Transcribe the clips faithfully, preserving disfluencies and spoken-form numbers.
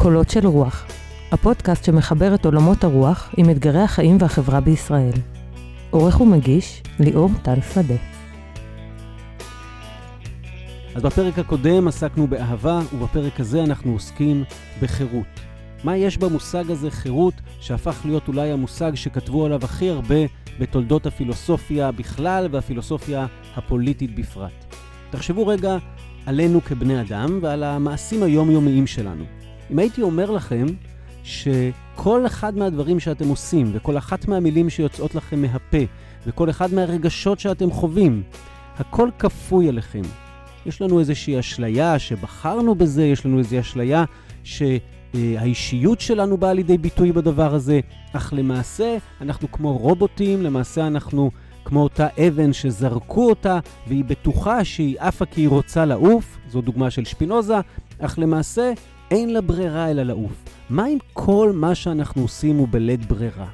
קולות של רוח, הפודקאסט שמחבר את עולמות הרוח עם אתגרי החיים והחברה בישראל. עורך ומגיש, ליאור טל שדה. אז בפרק הקודם עסקנו באהבה, ובפרק הזה אנחנו עוסקים בחירות. מה יש במושג הזה חירות, שהפך להיות אולי המושג שכתבו עליו הכי הרבה בתולדות הפילוסופיה בכלל והפילוסופיה הפוליטית בפרט. תחשבו רגע עלינו כבני אדם ועל המעשים היומיומיים שלנו. אם הייתי אומר לכם שכל אחד מהדברים שאתם עושים וכל אחת מהמילים שיוצאות לכם מהפה וכל אחד מהרגשות שאתם חווים, הכל כפוי עליכם. יש לנו איזושהי אשליה שבחרנו בזה, יש לנו איזושהי אשליה שהאישיות שלנו באה לידי ביטוי בדבר הזה, אך למעשה אנחנו כמו רובוטים, למעשה אנחנו כמו אותה אבן שזרקו אותה והיא בטוחה שהיא עפה כי היא רוצה לעוף, זו דוגמה של שפינוזה, אך למעשה אין לה ברירה אלא לעוף. מה אם כל מה שאנחנו עושים הוא בלית ברירה?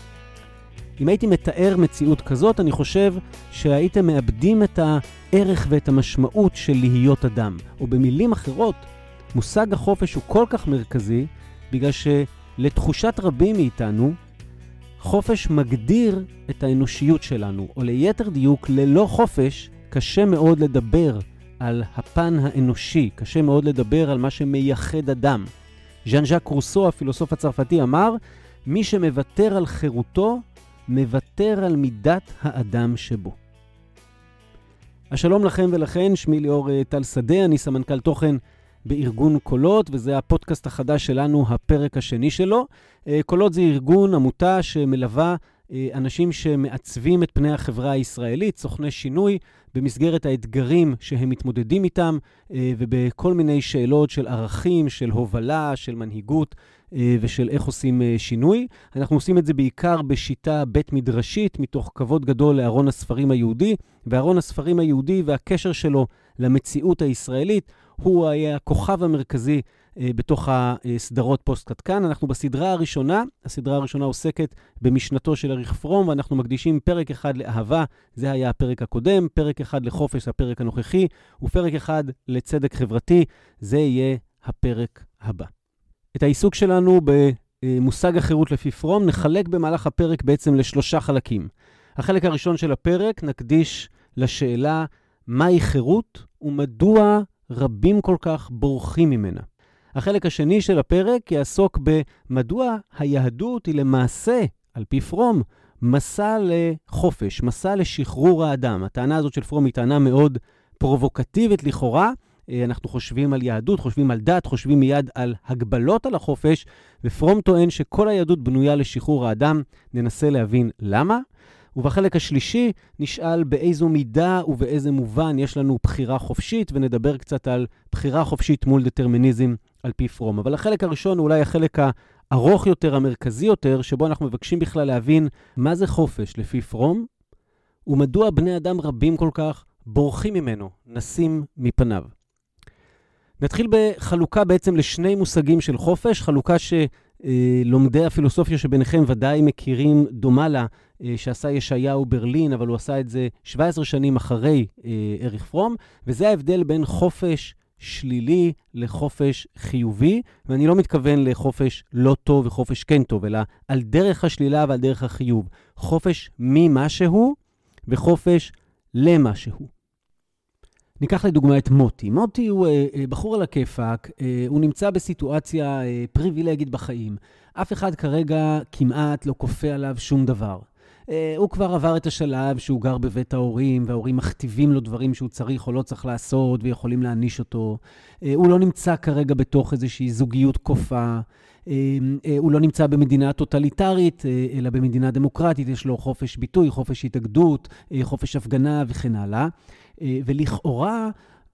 אם הייתי מתאר מציאות כזאת, אני חושב שהייתם מאבדים את הערך ואת המשמעות של להיות אדם. או במילים אחרות, מושג החופש הוא כל כך מרכזי, בגלל שלתחושת רבים מאיתנו, חופש מגדיר את האנושיות שלנו, או ליתר דיוק, ללא חופש, קשה מאוד לדבר על הפן האנושי, קשה מאוד לדבר על מה שמייחד אדם. ז'אן ז'אק רוסו, הפילוסוף הצרפתי, אמר, מי שמוותר על חירותו, מוותר על מידת האדם שבו. השלום לכם ולכן, שמי ליאור טל שדה, אני סמנכ"ל תוכן בארגון קולות, וזה הפודקאסט החדש שלנו, הפרק השני שלו. קולות זה ארגון, עמותה שמלווה אנשים שמעצבים את פני החברה הישראלית, סוכני שינוי, במסגרת האתגרים שהם מתמודדים איתם, ובכל מיני שאלות של ערכים, של הובלה, של מנהיגות, ושל איך עושים שינוי. אנחנו עושים את זה בעיקר בשיטה בית מדרשית, מתוך כבוד גדול לארון הספרים היהודי, וארון הספרים היהודי והקשר שלו למציאות הישראלית, הוא היה הכוכב המרכזי בתוך הסדרות פוסט-קט כאן. אנחנו בסדרה הראשונה, הסדרה הראשונה עוסקת במשנתו של אריך פרום, ואנחנו מקדישים פרק אחד לאהבה, זה היה הפרק הקודם, פרק אחד לחופש, הפרק הנוכחי, ופרק אחד לצדק חברתי, זה יהיה הפרק הבא. את העיסוק שלנו במושג החירות לפי פרום נחלק במהלך הפרק בעצם לשלושה חלקים. החלק הראשון של הפרק נקדיש לשאלה מהי חירות ומדוע רבים כל כך בורחים ממנה. החלק השני של הפרק יעסוק במדוע היהדות היא למעשה, על פי פרום, מסע לחופש, מסע לשחרור האדם. הטענה הזאת של פרום היא טענה מאוד פרובוקטיבית לכאורה. אנחנו חושבים על יהדות, חושבים על דת, חושבים מיד על הגבלות על החופש, ופרום טוען שכל היהדות בנויה לשחרור האדם. ננסה להבין למה. ובחלק השלישי נשאל באיזו מידה ובאיזה מובן יש לנו בחירה חופשית, ונדבר קצת על בחירה חופשית מול דטרמיניזם על פי פרום. אבל החלק הראשון הוא אולי החלק הארוך יותר, המרכזי יותר, שבו אנחנו מבקשים בכלל להבין מה זה חופש לפי פרום, ומדוע בני אדם רבים כל כך בורחים ממנו, נסים מפניו. נתחיל בחלוקה בעצם לשני מושגים של חופש, חלוקה שלומדי הפילוסופיה שביניכם ודאי מכירים דומה לה, שעשה ישעיהו ברלין, אבל הוא עשה את זה שבע עשרה שנים אחרי אריך פרום, וזה ההבדל בין חופש שלילי לחופש חיובי, ואני לא מתכוון לחופש לא טוב וחופש כן טוב, אלא על דרך השלילה ועל דרך החיוב. חופש ממשהו וחופש למשהו. ניקח לדוגמה את מוטי. מוטי הוא אה, בחור על הכיפק, אה, הוא נמצא בסיטואציה אה, פריבילגית בחיים. אף אחד כרגע כמעט לא כופה עליו שום דבר. אה, הוא כבר עבר את השלב שהוא גר בבית ההורים, וההורים מכתיבים לו דברים שהוא צריך או לא צריך לעשות, ויכולים להניש אותו. אה, הוא לא נמצא כרגע בתוך איזושהי זוגיות כופה. אה, אה, הוא לא נמצא במדינה טוטליטרית, אה, אלא במדינה דמוקרטית. יש לו חופש ביטוי, חופש התאגדות, אה, חופש הפגנה וכן הלאה. ולכאורה,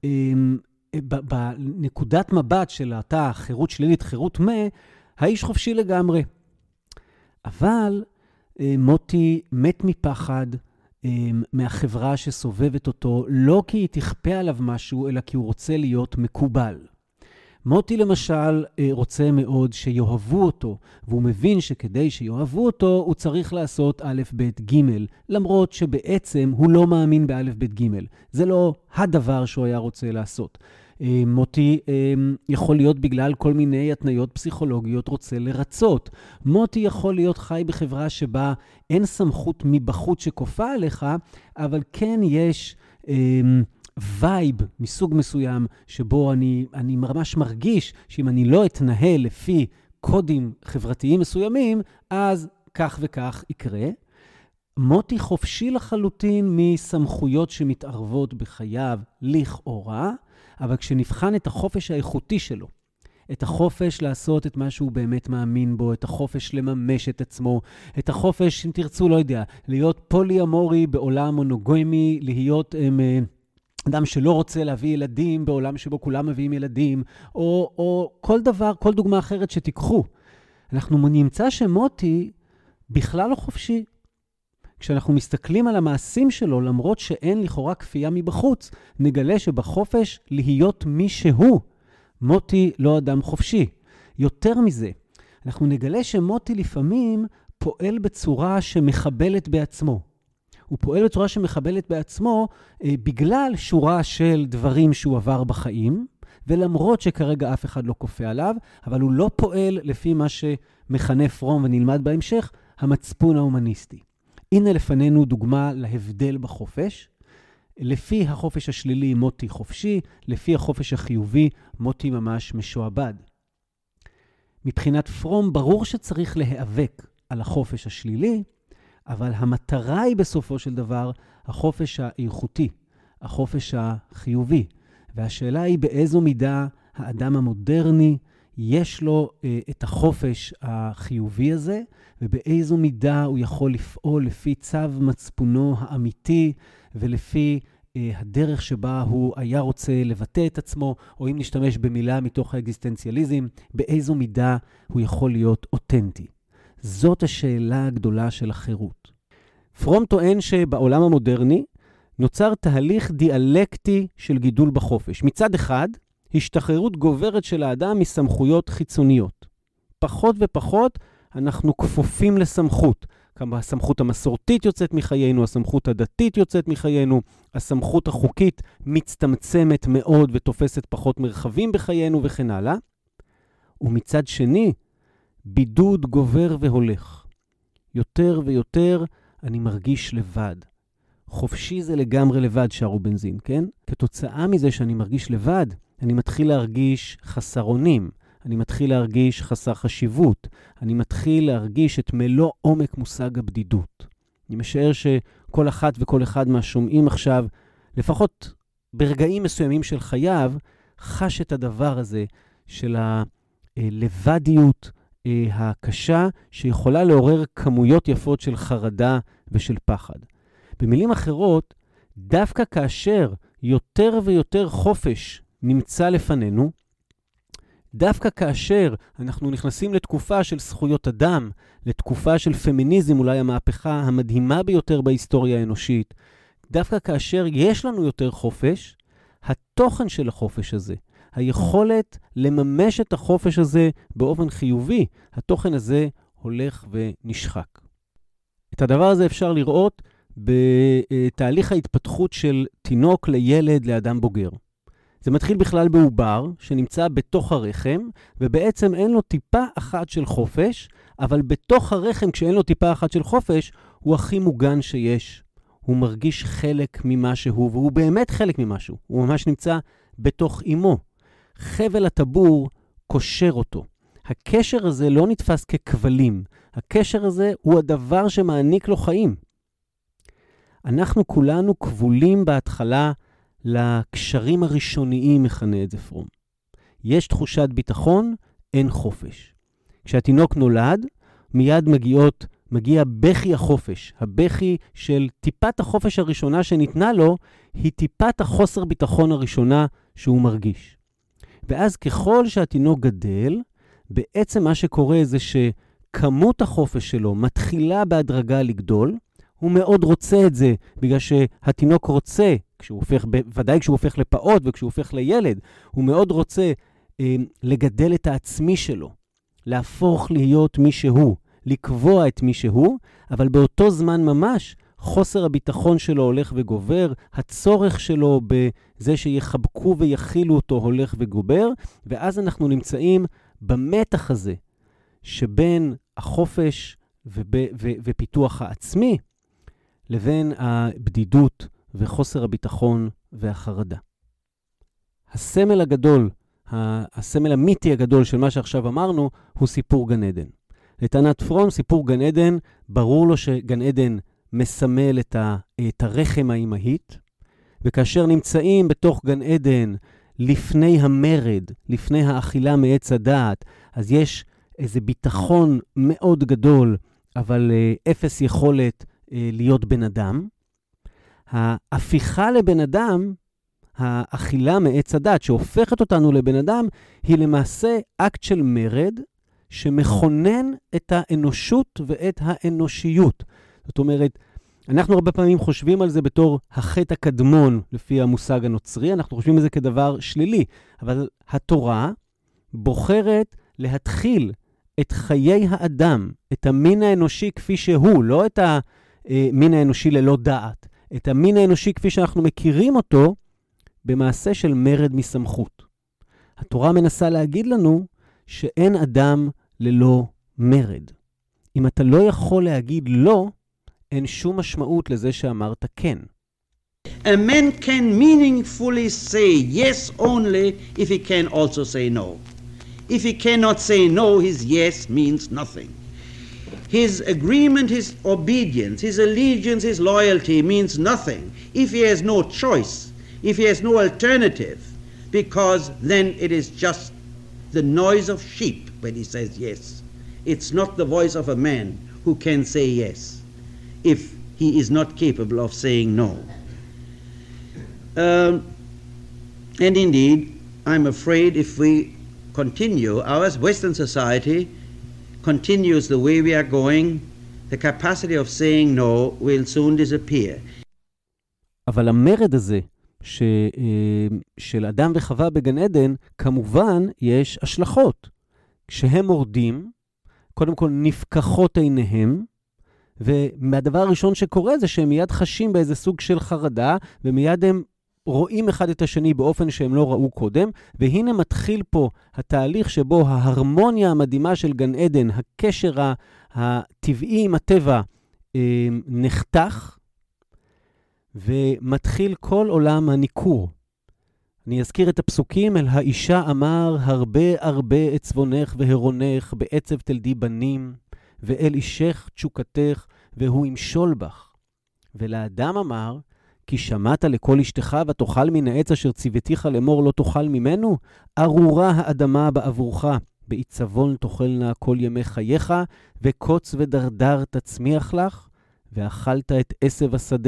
בנקודת מבט של אותה חירות שלילית, חירות מה, האיש חופשי לגמרי. אבל מוטי מת מפחד מהחברה שסובבת אותו, לא כי היא תכפה עליו משהו, אלא כי הוא רוצה להיות מקובל. מוטי למשל רוצה מאוד שיאהבו אותו, והוא מבין שכדי שיאהבו אותו הוא צריך לעשות א' ב' ג', למרות שבעצם הוא לא מאמין בא' ב' ג'. זה לא הדבר שהוא היה רוצה לעשות. מוטי יכול להיות בגלל כל מיני התניות פסיכולוגיות רוצה לרצות. מוטי יכול להיות חי בחברה שבה אין סמכות מבחוץ שכופה עליך, אבל כן יש וייב מסוג מסוים שבו אני, אני ממש מרגיש שאם אני לא אתנהל לפי קודים חברתיים מסוימים, אז כך וכך יקרה. מוטי חופשי לחלוטין מסמכויות שמתערבות בחייו לכאורה, אבל כשנבחן את החופש האיכותי שלו, את החופש לעשות את מה שהוא באמת מאמין בו, את החופש לממש את עצמו, את החופש, אם תרצו, לא יודע, להיות פולי-אמורי בעולם מונוגמי, להיות הם, אדם שלא רוצה להביא ילדים בעולם שבו כולם מביאים ילדים, או, או כל דבר, כל דוגמה אחרת שתיקחו. אנחנו נמצא שמוטי בכלל לא חופשי. כשאנחנו מסתכלים על המעשים שלו, למרות שאין לכאורה כפייה מבחוץ, נגלה שבחופש להיות מי שהוא, מוטי לא אדם חופשי. יותר מזה, אנחנו נגלה שמוטי לפעמים פועל בצורה שמחבלת בעצמו. הוא פועל בצורה שמחבלת בעצמו אה, בגלל שורה של דברים שהוא עבר בחיים, ולמרות שכרגע אף אחד לא כופה עליו, אבל הוא לא פועל לפי מה שמכנה פרום ונלמד בהמשך, המצפון ההומניסטי. הנה לפנינו דוגמה להבדל בחופש. לפי החופש השלילי מוטי חופשי, לפי החופש החיובי מוטי ממש משועבד. מבחינת פרום ברור שצריך להיאבק על החופש השלילי, אבל המטרה היא בסופו של דבר החופש האיכותי, החופש החיובי. והשאלה היא באיזו מידה האדם המודרני יש לו אה, את החופש החיובי הזה, ובאיזו מידה הוא יכול לפעול לפי צו מצפונו האמיתי, ולפי אה, הדרך שבה הוא היה רוצה לבטא את עצמו, או אם נשתמש במילה מתוך האקזיסטנציאליזם, באיזו מידה הוא יכול להיות אותנטי. זאת השאלה הגדולה של החירות. פרום טוען שבעולם המודרני נוצר תהליך דיאלקטי של גידול בחופש. מצד אחד, השתחררות גוברת של האדם מסמכויות חיצוניות. פחות ופחות אנחנו כפופים לסמכות. כמה הסמכות המסורתית יוצאת מחיינו, הסמכות הדתית יוצאת מחיינו, הסמכות החוקית מצטמצמת מאוד ותופסת פחות מרחבים בחיינו וכן הלאה. ומצד שני, בידוד גובר והולך. יותר ויותר אני מרגיש לבד. חופשי זה לגמרי לבד, שרו בנזין, כן? כתוצאה מזה שאני מרגיש לבד, אני מתחיל להרגיש חסר אונים, אני מתחיל להרגיש חסר חשיבות, אני מתחיל להרגיש את מלוא עומק מושג הבדידות. אני משער שכל אחת וכל אחד מהשומעים עכשיו, לפחות ברגעים מסוימים של חייו, חש את הדבר הזה של הלבדיות הקשה, שיכולה לעורר כמויות יפות של חרדה ושל פחד. במילים אחרות, דווקא כאשר יותר ויותר חופש נמצא לפנינו, דווקא כאשר אנחנו נכנסים לתקופה של זכויות אדם, לתקופה של פמיניזם, אולי המהפכה המדהימה ביותר בהיסטוריה האנושית, דווקא כאשר יש לנו יותר חופש, התוכן של החופש הזה, היכולת לממש את החופש הזה באופן חיובי, התוכן הזה הולך ונשחק. את הדבר הזה אפשר לראות בתהליך ההתפתחות של תינוק לילד לאדם בוגר. זה מתחיל בכלל בעובר שנמצא בתוך הרחם, ובעצם אין לו טיפה אחת של חופש, אבל בתוך הרחם כשאין לו טיפה אחת של חופש, הוא הכי מוגן שיש. הוא מרגיש חלק ממשהו, והוא באמת חלק ממשהו. הוא ממש נמצא בתוך אימו. חבל הטבור קושר אותו. הקשר הזה לא נתפס ככבלים. הקשר הזה הוא הדבר שמעניק לו חיים. אנחנו כולנו כבולים בהתחלה לקשרים הראשוניים, מכנה את זה פרום. יש תחושת ביטחון, אין חופש. כשהתינוק נולד, מיד מגיעות, מגיע בכי החופש. הבכי של טיפת החופש הראשונה שניתנה לו, היא טיפת החוסר ביטחון הראשונה שהוא מרגיש. ואז ככל שהתינוק גדל, בעצם מה שקורה זה שכמות החופש שלו מתחילה בהדרגה לגדול, הוא מאוד רוצה את זה, בגלל שהתינוק רוצה, כשהוא הופך, ודאי כשהוא הופך לפעוט וכשהוא הופך לילד, הוא מאוד רוצה אה, לגדל את העצמי שלו, להפוך להיות מי שהוא, לקבוע את מי שהוא, אבל באותו זמן ממש חוסר הביטחון שלו הולך וגובר, הצורך שלו בזה שיחבקו ויחילו אותו הולך וגובר, ואז אנחנו נמצאים במתח הזה שבין החופש וב, ו, ופיתוח העצמי לבין הבדידות וחוסר הביטחון והחרדה. הסמל הגדול, הסמל המיתי הגדול של מה שעכשיו אמרנו, הוא סיפור גן עדן. לטענת פרום, סיפור גן עדן, ברור לו שגן עדן מסמל את, ה, את הרחם האימהית, וכאשר נמצאים בתוך גן עדן לפני המרד, לפני האכילה מעץ הדעת, אז יש איזה ביטחון מאוד גדול, אבל uh, אפס יכולת uh, להיות בן אדם. ההפיכה לבן אדם, האכילה מעץ הדעת, שהופכת אותנו לבן אדם, היא למעשה אקט של מרד, שמכונן את האנושות ואת האנושיות. זאת אומרת, אנחנו הרבה פעמים חושבים על זה בתור החטא הקדמון, לפי המושג הנוצרי, אנחנו חושבים על זה כדבר שלילי, אבל התורה בוחרת להתחיל את חיי האדם, את המין האנושי כפי שהוא, לא את המין האנושי ללא דעת, את המין האנושי כפי שאנחנו מכירים אותו, במעשה של מרד מסמכות. התורה מנסה להגיד לנו שאין אדם ללא מרד. אם אתה לא יכול להגיד לא, אין שום משמעות לזה שאמרת כן. A man can meaningfully say yes only if he can also say no. If he cannot say no, his yes means nothing. His agreement, his obedience, his allegiance, his loyalty means nothing if he has no choice, if he has no alternative, because then it is just the noise of sheep when he says yes. It's not the voice of a man who can say yes if he is not capable of saying no. Um, and indeed, I'm afraid if we continue, our Western society continues the way we are going, the capacity of saying no will soon disappear. אבל המרד הזה ש, של אדם וחווה בגן עדן, כמובן יש השלכות. כשהם מורדים, קודם כל נפקחות עיניהם, ומהדבר הראשון שקורה זה שהם מיד חשים באיזה סוג של חרדה, ומיד הם רואים אחד את השני באופן שהם לא ראו קודם, והנה מתחיל פה התהליך שבו ההרמוניה המדהימה של גן עדן, הקשר הטבעי עם הטבע, נחתך, ומתחיל כל עולם הניכור. אני אזכיר את הפסוקים, אל האישה אמר הרבה הרבה את צבונך והרונך, בעצב תלדי בנים, ואל אישך תשוקתך, והוא ימשול בך. ולאדם אמר, כי שמעת לכל אשתך ותאכל מן העץ אשר ציוותיך לאמור לא תאכל ממנו, ארורה האדמה בעבורך, בעיצבון תאכלנה כל ימי חייך, וקוץ ודרדר תצמיח לך, ואכלת את עשב השדה.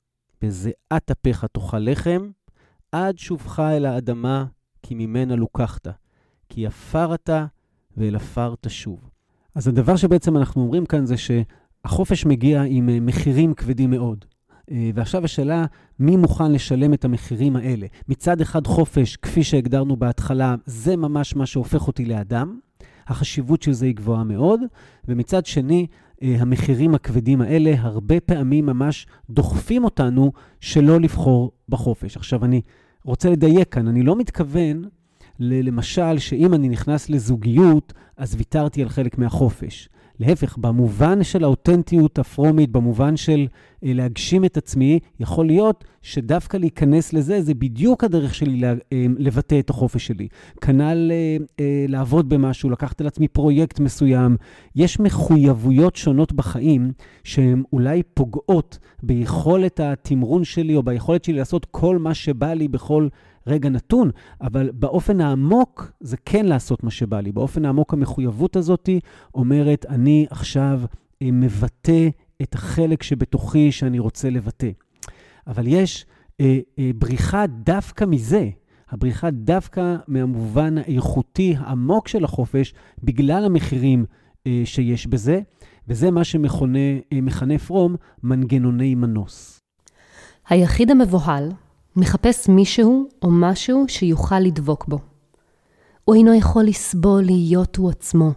בזיעת אפיך תאכל לחם, עד שובך אל האדמה, כי ממנה לוקחת, כי עפר אתה ואל עפר תשוב. אז הדבר שבעצם אנחנו אומרים כאן זה שהחופש מגיע עם מחירים כבדים מאוד. ועכשיו השאלה, מי מוכן לשלם את המחירים האלה? מצד אחד חופש, כפי שהגדרנו בהתחלה, זה ממש מה שהופך אותי לאדם. החשיבות של זה היא גבוהה מאוד. ומצד שני, המחירים הכבדים האלה הרבה פעמים ממש דוחפים אותנו שלא לבחור בחופש. עכשיו אני רוצה לדייק כאן, אני לא מתכוון למשל שאם אני נכנס לזוגיות, אז ויתרתי על חלק מהחופש. להפך, במובן של האותנטיות הפרומית, במובן של אה, להגשים את עצמי, יכול להיות שדווקא להיכנס לזה, זה בדיוק הדרך שלי לה, אה, לבטא את החופש שלי. כנ"ל אה, אה, לעבוד במשהו, לקחת על עצמי פרויקט מסוים. יש מחויבויות שונות בחיים, שהן אולי פוגעות ביכולת התמרון שלי, או ביכולת שלי לעשות כל מה שבא לי בכל רגע נתון, אבל באופן העמוק זה כן לעשות מה שבא לי. באופן העמוק המחויבות הזאת אומרת, אני עכשיו מבטא את החלק שבתוכי שאני רוצה לבטא. אבל יש אה, אה, בריחה דווקא מזה, הבריחה דווקא מהמובן האיכותי העמוק של החופש, בגלל המחירים אה, שיש בזה, וזה מה שמכונה אה, מכנה פרום מנגנוני מנוס. היחיד המבוהל מחפש מישהו או משהו שיוכל לדבוק בו. הוא אינו יכול לסבול להיות הוא עצמו. הוא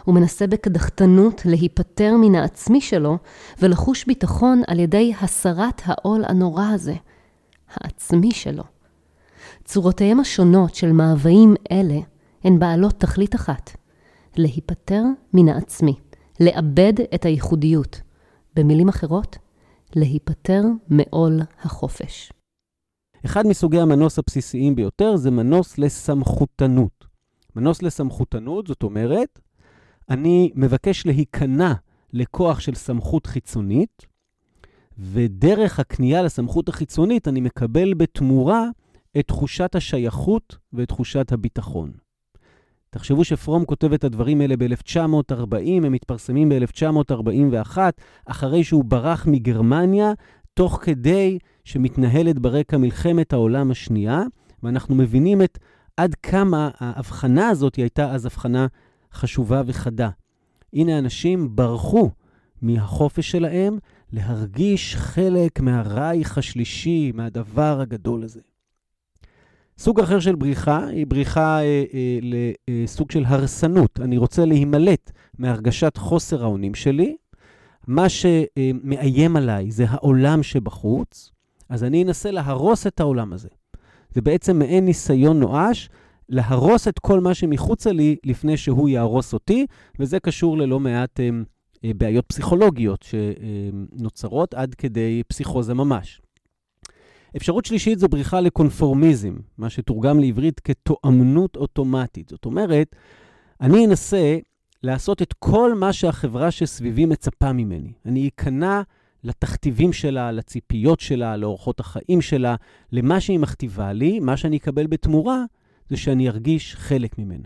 הוא מנסה בקדחתנות להיפטר מן העצמי שלו ולחוש ביטחון על ידי הסרת העול הנורא הזה, העצמי שלו. צורותיהם השונות של מאוויים אלה הן בעלות תכלית אחת, להיפטר מן העצמי, לאבד את הייחודיות. במילים אחרות, להיפטר מעול החופש. אחד מסוגי המנוס הבסיסיים ביותר זה מנוס לסמכותנות. מנוס לסמכותנות, זאת אומרת, אני מבקש להיכנע לכוח של סמכות חיצונית, ודרך הקנייה לסמכות החיצונית אני מקבל בתמורה את תחושת השייכות ואת תחושת הביטחון. תחשבו שפרום כותב את הדברים האלה ב-אלף תשע מאות ארבעים, הם מתפרסמים ב-אלף תשע מאות ארבעים ואחת, אחרי שהוא ברח מגרמניה, תוך כדי שמתנהלת ברקע מלחמת העולם השנייה, ואנחנו מבינים את עד כמה ההבחנה הזאת הייתה אז הבחנה חשובה וחדה. הנה אנשים ברחו מהחופש שלהם להרגיש חלק מהרייך השלישי, מהדבר הגדול הזה. סוג אחר של בריחה היא בריחה אה, אה, לסוג של הרסנות. אני רוצה להימלט מהרגשת חוסר האונים שלי. מה שמאיים עליי זה העולם שבחוץ, אז אני אנסה להרוס את העולם הזה. זה בעצם מעין ניסיון נואש, להרוס את כל מה שמחוצה לי לפני שהוא יהרוס אותי, וזה קשור ללא מעט אה, אה, בעיות פסיכולוגיות שנוצרות עד כדי פסיכוזה ממש. אפשרות שלישית זו בריחה לקונפורמיזם, מה שתורגם לעברית כתואמנות אוטומטית. זאת אומרת, אני אנסה לעשות את כל מה שהחברה שסביבי מצפה ממני. אני אכנע לתכתיבים שלה, לציפיות שלה, לאורחות החיים שלה, למה שהיא מכתיבה לי, מה שאני אקבל בתמורה, זה שאני ארגיש חלק ממנה.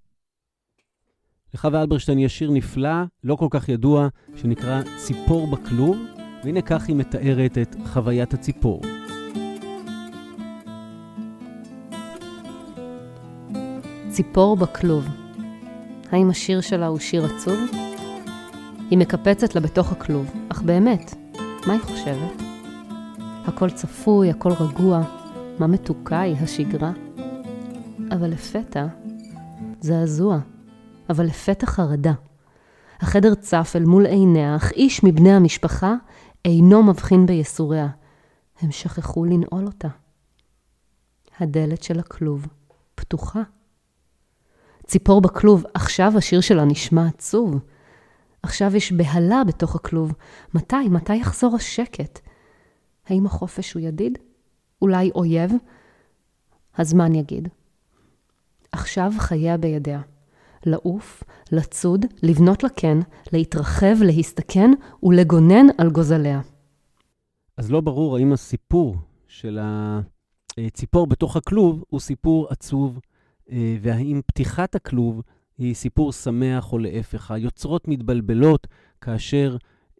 לחווה אלברשטיין יש שיר נפלא, לא כל כך ידוע, שנקרא ציפור בכלוב, והנה כך היא מתארת את חוויית הציפור. ציפור בכלוב. האם השיר שלה הוא שיר עצוב? היא מקפצת לה בתוך הכלוב, אך באמת, מה היא חושבת? הכל צפוי, הכל רגוע, מה מתוקה היא השגרה? אבל לפתע, זעזוע, אבל לפתע חרדה. החדר צף אל מול עיניה, אך איש מבני המשפחה אינו מבחין ביסוריה. הם שכחו לנעול אותה. הדלת של הכלוב פתוחה. ציפור בכלוב, עכשיו השיר שלה נשמע עצוב. עכשיו יש בהלה בתוך הכלוב. מתי? מתי יחזור השקט? האם החופש הוא ידיד? אולי אויב? הזמן יגיד. עכשיו חייה בידיה. לעוף, לצוד, לבנות לקן, להתרחב, להסתכן ולגונן על גוזליה. אז לא ברור האם הסיפור של הציפור בתוך הכלוב הוא סיפור עצוב, והאם פתיחת הכלוב היא סיפור שמח או להפך. היוצרות מתבלבלות כאשר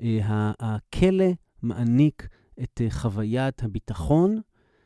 הכלא מעניק את חוויית הביטחון,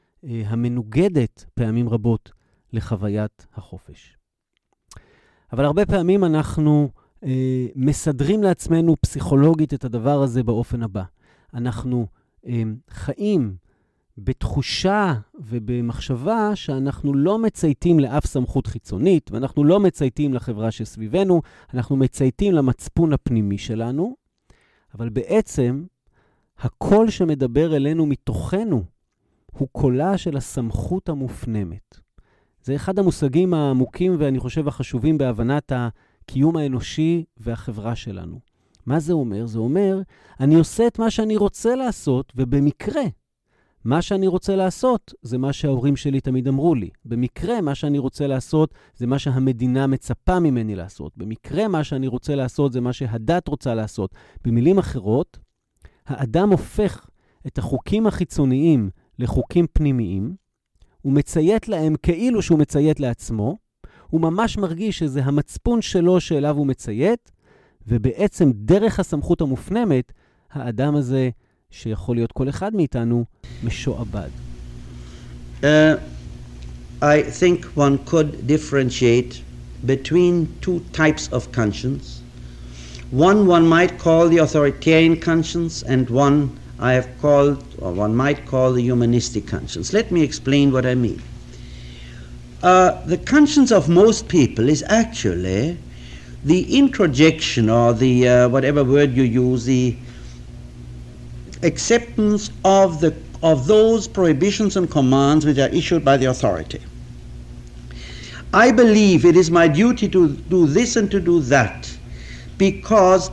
המנוגדת פעמים רבות לחוויית החופש. אבל הרבה פעמים אנחנו אה, מסדרים לעצמנו פסיכולוגית את הדבר הזה באופן הבא. אנחנו אה, חיים בתחושה ובמחשבה שאנחנו לא מצייתים לאף סמכות חיצונית, ואנחנו לא מצייתים לחברה שסביבנו, אנחנו מצייתים למצפון הפנימי שלנו, אבל בעצם הקול שמדבר אלינו מתוכנו הוא קולה של הסמכות המופנמת. זה אחד המושגים העמוקים ואני חושב החשובים בהבנת הקיום האנושי והחברה שלנו. מה זה אומר? זה אומר, אני עושה את מה שאני רוצה לעשות, ובמקרה, מה שאני רוצה לעשות זה מה שההורים שלי תמיד אמרו לי. במקרה, מה שאני רוצה לעשות זה מה שהמדינה מצפה ממני לעשות. במקרה, מה שאני רוצה לעשות זה מה שהדת רוצה לעשות. במילים אחרות, האדם הופך את החוקים החיצוניים לחוקים פנימיים, הוא מציית להם כאילו שהוא מציית לעצמו, הוא ממש מרגיש שזה המצפון שלו שאליו הוא מציית, ובעצם דרך הסמכות המופנמת, האדם הזה, שיכול להיות כל אחד מאיתנו, משועבד. Uh, I think one could differentiate between two types of conscience. One one might call the authoritarian conscience, and one I have called, or one might call the humanistic conscience. Let me explain what I mean. Uh, the conscience of most people is actually the introjection or the uh, whatever word you use, the acceptance of the of those prohibitions and commands which are issued by the authority. I believe it is my duty to do this and to do that because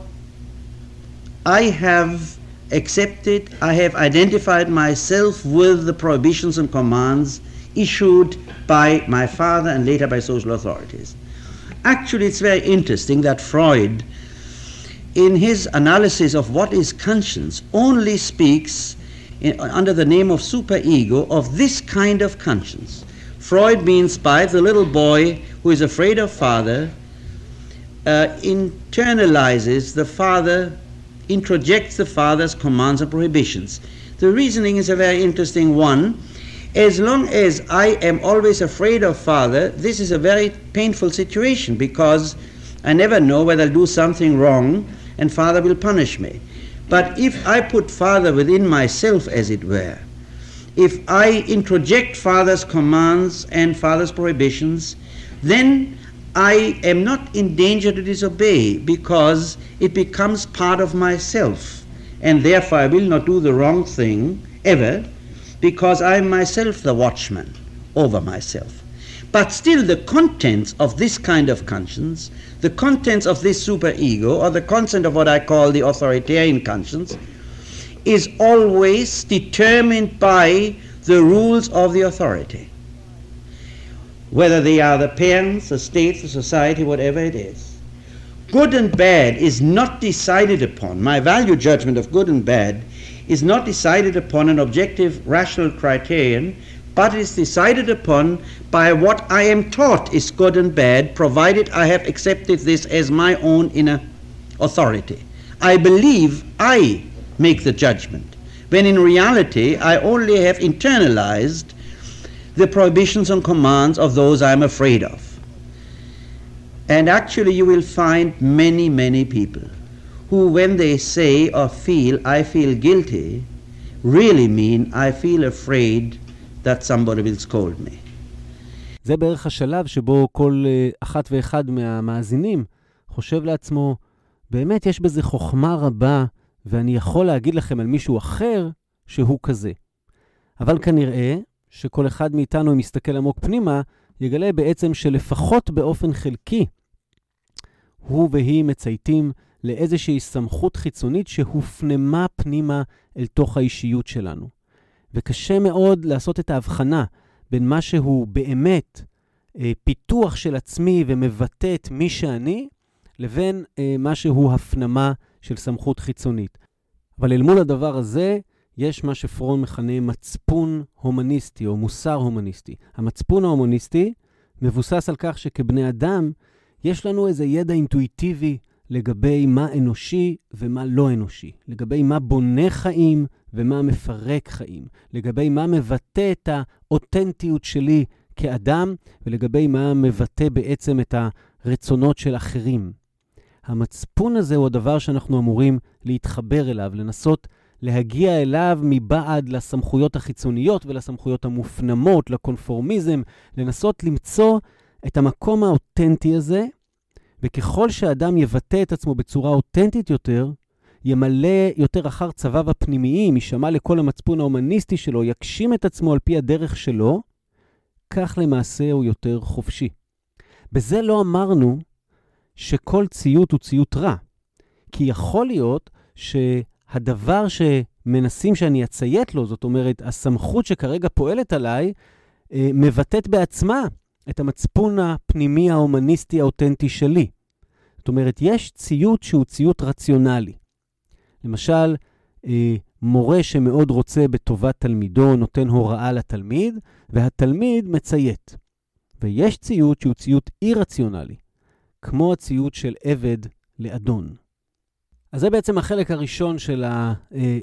I have accepted, I have identified myself with the prohibitions and commands issued by my father and later by social authorities. Actually, it's very interesting that Freud, in his analysis of what is conscience, only speaks in, under the name of superego of this kind of conscience. Freud means by the little boy who is afraid of father, uh, internalizes the father, introjects the father's commands and prohibitions. The reasoning is a very interesting one. As long as I am always afraid of father, this is a very painful situation because I never know whether I'll do something wrong and father will punish me. But if I put father within myself, as it were, if I introject father's commands and father's prohibitions, then I am not in danger to disobey because it becomes part of myself, and therefore I will not do the wrong thing ever because I am myself the watchman over myself. But still the contents of this kind of conscience, the contents of this superego, or the content of what I call the authoritarian conscience, is always determined by the rules of the authority. Whether they are the parents, the state, the society, whatever it is. Good and bad is not decided upon. My value judgment of good and bad is not decided upon an objective rational criterion, but is decided upon by what I am taught is good and bad, provided I have accepted this as my own inner authority. I believe I make the judgment, when in reality I only have internalized the prohibitions and commands of those I'm afraid of. And actually you will find many, many people who, when they say or feel, I feel guilty, really mean, I feel afraid that somebody will scold me. זה בערך השלב שבו כל אחת ואחד מהמאזינים חושב לעצמו, באמת יש בזה חוכמה רבה, ואני יכול להגיד לכם על מישהו אחר שהוא כזה. אבל כנראה שכל אחד מאיתנו, אם יסתכל עמוק פנימה, יגלה בעצם שלפחות באופן חלקי, הוא והיא מצייתים לאיזושהי סמכות חיצונית שהופנמה פנימה אל תוך האישיות שלנו. וקשה מאוד לעשות את ההבחנה בין מה שהוא באמת אה, פיתוח של עצמי ומבטא את מי שאני, לבין אה, מה שהוא הפנמה של סמכות חיצונית. אבל אל מול הדבר הזה, יש מה שפרון מכנה מצפון הומניסטי או מוסר הומניסטי. המצפון ההומניסטי מבוסס על כך שכבני אדם יש לנו איזה ידע אינטואיטיבי לגבי מה אנושי ומה לא אנושי, לגבי מה בונה חיים ומה מפרק חיים, לגבי מה מבטא את האותנטיות שלי כאדם ולגבי מה מבטא בעצם את הרצונות של אחרים. המצפון הזה הוא הדבר שאנחנו אמורים להתחבר אליו, לנסות להגיע אליו מבעד לסמכויות החיצוניות ולסמכויות המופנמות, לקונפורמיזם, לנסות למצוא את המקום האותנטי הזה, וככל שאדם יבטא את עצמו בצורה אותנטית יותר, ימלא יותר אחר צוואיו הפנימיים, ישמע לכל המצפון ההומניסטי שלו, יקשים את עצמו על פי הדרך שלו, כך למעשה הוא יותר חופשי. בזה לא אמרנו שכל ציות הוא ציות רע, כי יכול להיות שהדבר שמנסים שאני אציית לו, זאת אומרת, הסמכות שכרגע פועלת עליי, מבטאת בעצמה את המצפון הפנימי ההומניסטי האותנטי שלי. זאת אומרת, יש ציות שהוא ציות רציונלי. למשל, מורה שמאוד רוצה בטובת תלמידו נותן הוראה לתלמיד, והתלמיד מציית. ויש ציות שהוא ציות אי-רציונלי, כמו הציות של עבד לאדון. אז זה בעצם החלק הראשון של, ה,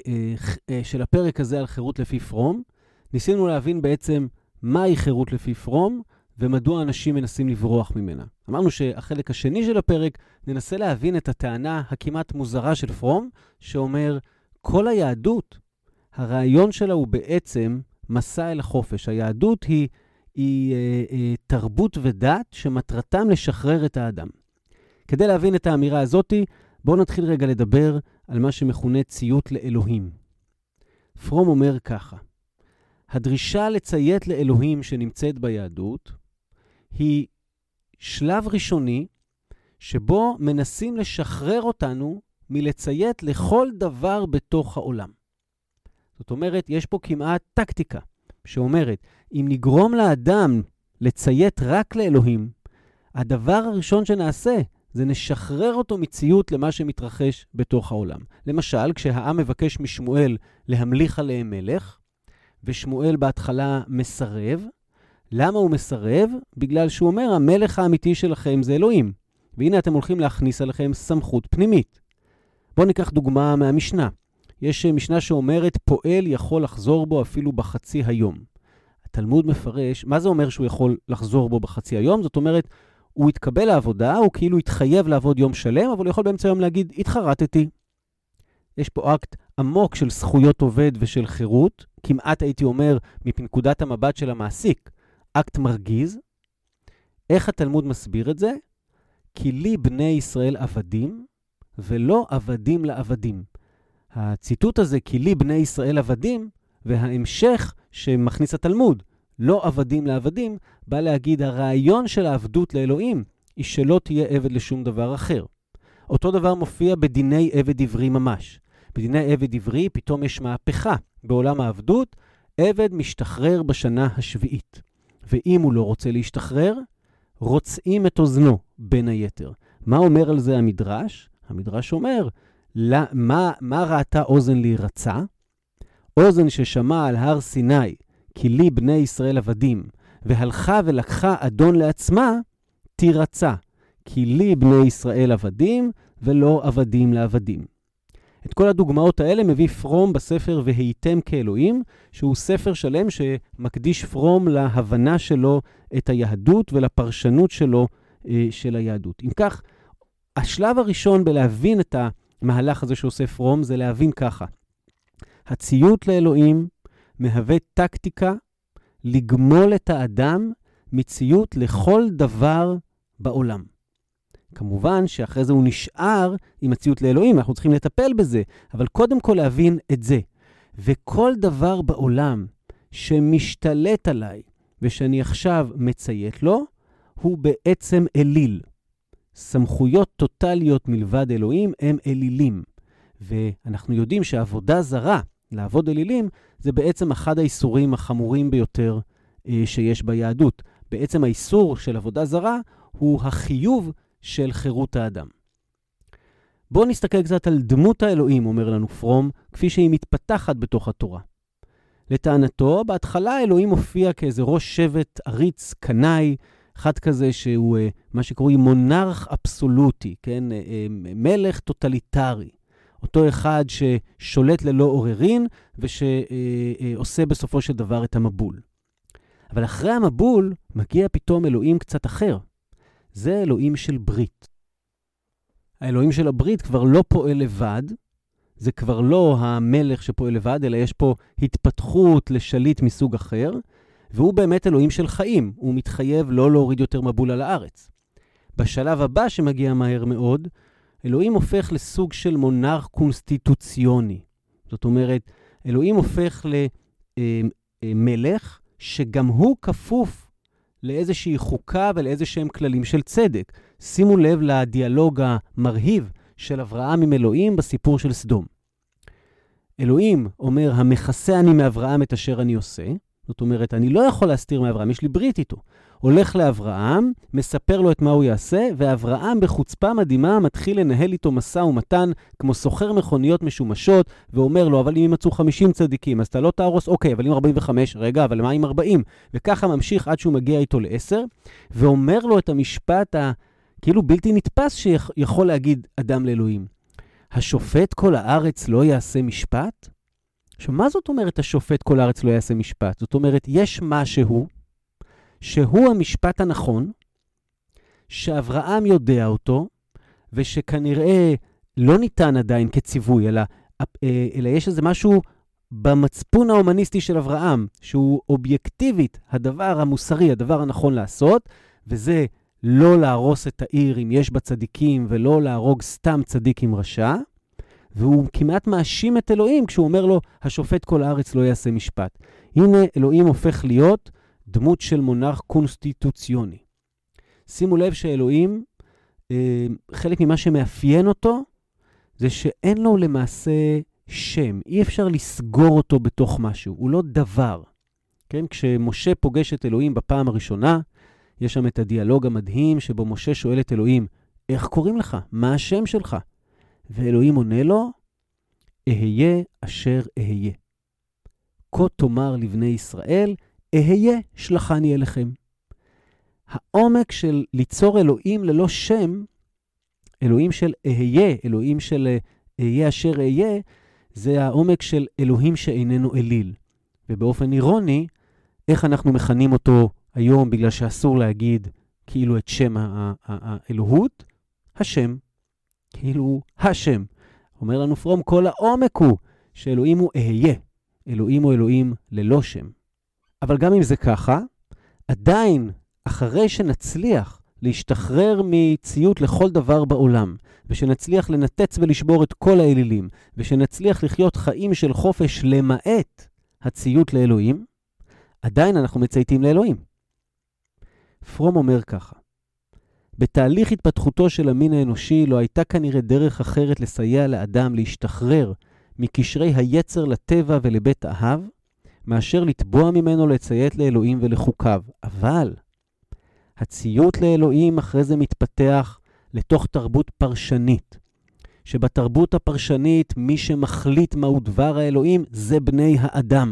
של הפרק הזה על חירות לפי פרום. ניסינו להבין בעצם מהי חירות לפי פרום, ומדוע אנשים מנסים לברוח ממנה. אמרנו שהחלק השני של הפרק ננסה להבין את הטענה הכמעט מוזרה של פרום, שאומר, כל היהדות, הרעיון שלה הוא בעצם מסע אל החופש. היהדות היא, היא אה, אה, תרבות ודת שמטרתם לשחרר את האדם. כדי להבין את האמירה הזאת, בואו נתחיל רגע לדבר על מה שמכונה ציות לאלוהים. פרום אומר ככה, הדרישה לציית לאלוהים שנמצאת ביהדות, היא שלב ראשוני שבו מנסים לשחרר אותנו מלציית לכל דבר בתוך העולם. זאת אומרת, יש פה כמעט טקטיקה שאומרת, אם נגרום לאדם לציית רק לאלוהים, הדבר הראשון שנעשה זה נשחרר אותו מציות למה שמתרחש בתוך העולם. למשל, כשהעם מבקש משמואל להמליך עליהם מלך, ושמואל בהתחלה מסרב, למה הוא מסרב? בגלל שהוא אומר, המלך האמיתי שלכם זה אלוהים. והנה אתם הולכים להכניס עליכם סמכות פנימית. בואו ניקח דוגמה מהמשנה. יש משנה שאומרת, פועל יכול לחזור בו אפילו בחצי היום. התלמוד מפרש, מה זה אומר שהוא יכול לחזור בו בחצי היום? זאת אומרת, הוא התקבל לעבודה, הוא כאילו התחייב לעבוד יום שלם, אבל הוא יכול באמצע היום להגיד, התחרטתי. יש פה אקט עמוק של זכויות עובד ושל חירות, כמעט הייתי אומר, מפנקודת המבט של המעסיק, אקט מרגיז. איך התלמוד מסביר את זה? כי לי בני ישראל עבדים, ולא עבדים לעבדים. הציטוט הזה, כי לי בני ישראל עבדים, וההמשך שמכניס התלמוד, לא עבדים לעבדים, בא להגיד הרעיון של העבדות לאלוהים, היא שלא תהיה עבד לשום דבר אחר. אותו דבר מופיע בדיני עבד עברי ממש. בדיני עבד עברי פתאום יש מהפכה. בעולם העבדות, עבד משתחרר בשנה השביעית. ואם הוא לא רוצה להשתחרר, רוצים את אוזנו בין היתר. מה אומר על זה המדרש? המדרש אומר, מה, מה ראתה אוזן להירצה? אוזן ששמע על הר סיני, כי לי בני ישראל עבדים, והלכה ולקחה אדון לעצמה, תירצה, כי לי בני ישראל עבדים, ולא עבדים לעבדים. את כל הדוגמאות האלה מביא פרום בספר והייתם כאלוהים, שהוא ספר שלם שמקדיש פרום להבנה שלו את היהדות ולפרשנות שלו אה, של היהדות. אם כך, השלב הראשון בלהבין את המהלך הזה שעושה פרום, זה להבין ככה. הציות לאלוהים מהווה טקטיקה לגמול את האדם מציות לכל דבר בעולם. כמובן שאחרי זה הוא נשאר עם הציות לאלוהים, אנחנו צריכים לטפל בזה, אבל קודם כל להבין את זה. וכל דבר בעולם שמשתלט עליי ושאני עכשיו מציית לו, הוא בעצם אליל. סמכויות טוטליות מלבד אלוהים הם אלילים. ואנחנו יודעים שעבודה זרה, לעבוד אלילים, זה בעצם אחד האיסורים החמורים ביותר אה, שיש ביהדות. בעצם האיסור של עבודה זרה הוא החיוב של חירות האדם. בואו נסתכל קצת על דמות האלוהים, אומר לנו פרום, כפי שהיא מתפתחת בתוך התורה. לטענתו, בהתחלה האלוהים מופיע כאיזה ראש שבט עריץ, קנאי, אחד כזה שהוא מה שקוראים מונרך אבסולוטי, כן? מלך טוטליטרי. אותו אחד ששולט ללא עוררין ושעושה בסופו של דבר את המבול. אבל אחרי המבול מגיע פתאום אלוהים קצת אחר. זה אלוהים של ברית. האלוהים של הברית כבר לא פועל לבד, זה כבר לא המלך שפועל לבד, אלא יש פה התפתחות לשליט מסוג אחר, והוא באמת אלוהים של חיים, הוא מתחייב לא להוריד יותר מבול על הארץ. בשלב הבא שמגיע מהר מאוד, אלוהים הופך לסוג של מונרך קונסטיטוציוני. זאת אומרת, אלוהים הופך למלך שגם הוא כפוף לאיזושהי חוקה ולאיזשהם כללים של צדק. שימו לב לדיאלוג המרהיב של אברהם עם אלוהים בסיפור של סדום. אלוהים אומר, המכסה אני מאברהם את אשר אני עושה. זאת אומרת, אני לא יכול להסתיר מאברהם, יש לי ברית איתו. הולך לאברהם, מספר לו את מה הוא יעשה, ואברהם בחוצפה מדהימה מתחיל לנהל איתו מסע ומתן, כמו סוחר מכוניות משומשות, ואומר לו, אבל אם ימצאו חמישים צדיקים, אז אתה לא תהרוס, אוקיי, אבל אם ארבעים וחמש, רגע, אבל מה עם ארבעים? וככה ממשיך עד שהוא מגיע איתו לעשר, ואומר לו את המשפט הכאילו בלתי נתפס שיכול להגיד אדם לאלוהים. השופט כל הארץ לא יעשה משפט? עכשיו, מה זאת אומרת השופט כל הארץ לא יעשה משפט? זאת אומרת, יש משהו שהוא המשפט הנכון, שאברהם יודע אותו, ושכנראה לא ניתן עדיין כציווי, אלא, אלא יש איזה משהו במצפון ההומניסטי של אברהם, שהוא אובייקטיבית הדבר המוסרי, הדבר הנכון לעשות, וזה לא להרוס את העיר אם יש בה צדיקים, ולא להרוג סתם צדיק עם רשע, והוא כמעט מאשים את אלוהים כשהוא אומר לו, השופט כל הארץ לא יעשה משפט. הנה אלוהים הופך להיות דמות של מונרך קונסטיטוציוני. שימו לב שאלוהים, חלק ממה שמאפיין אותו, זה שאין לו למעשה שם. אי אפשר לסגור אותו בתוך משהו. הוא לא דבר. כן? כשמשה פוגש את אלוהים בפעם הראשונה, יש שם את הדיאלוג המדהים שבו משה שואל את אלוהים, איך קוראים לך? מה השם שלך? ואלוהים עונה לו, אהיה אשר אהיה. כה תאמר לבני ישראל, אהיה שלחני אליכם. העומק של ליצור אלוהים ללא שם, אלוהים של אהיה, אלוהים של אהיה אשר אהיה, זה העומק של אלוהים שאיננו אליל. ובאופן אירוני, איך אנחנו מכנים אותו היום, בגלל שאסור להגיד כאילו את שם האלוהות? השם. כאילו השם. אומר לנו פרום, כל העומק הוא שאלוהים הוא אהיה. אלוהים הוא אלוהים ללא שם. אבל גם אם זה ככה, עדיין אחרי שנצליח להשתחרר מציות לכל דבר בעולם, ושנצליח לנתץ ולשבור את כל האלילים, ושנצליח לחיות חיים של חופש למעט הציות לאלוהים, עדיין אנחנו מצייתים לאלוהים. פרום אומר ככה, בתהליך התפתחותו של המין האנושי לא הייתה כנראה דרך אחרת לסייע לאדם להשתחרר מקשרי היצר לטבע ולבית אהב, מאשר לתבוע ממנו לציית לאלוהים ולחוקיו. אבל הציות לאלוהים אחרי זה מתפתח לתוך תרבות פרשנית, שבתרבות הפרשנית מי שמחליט מהו דבר האלוהים זה בני האדם.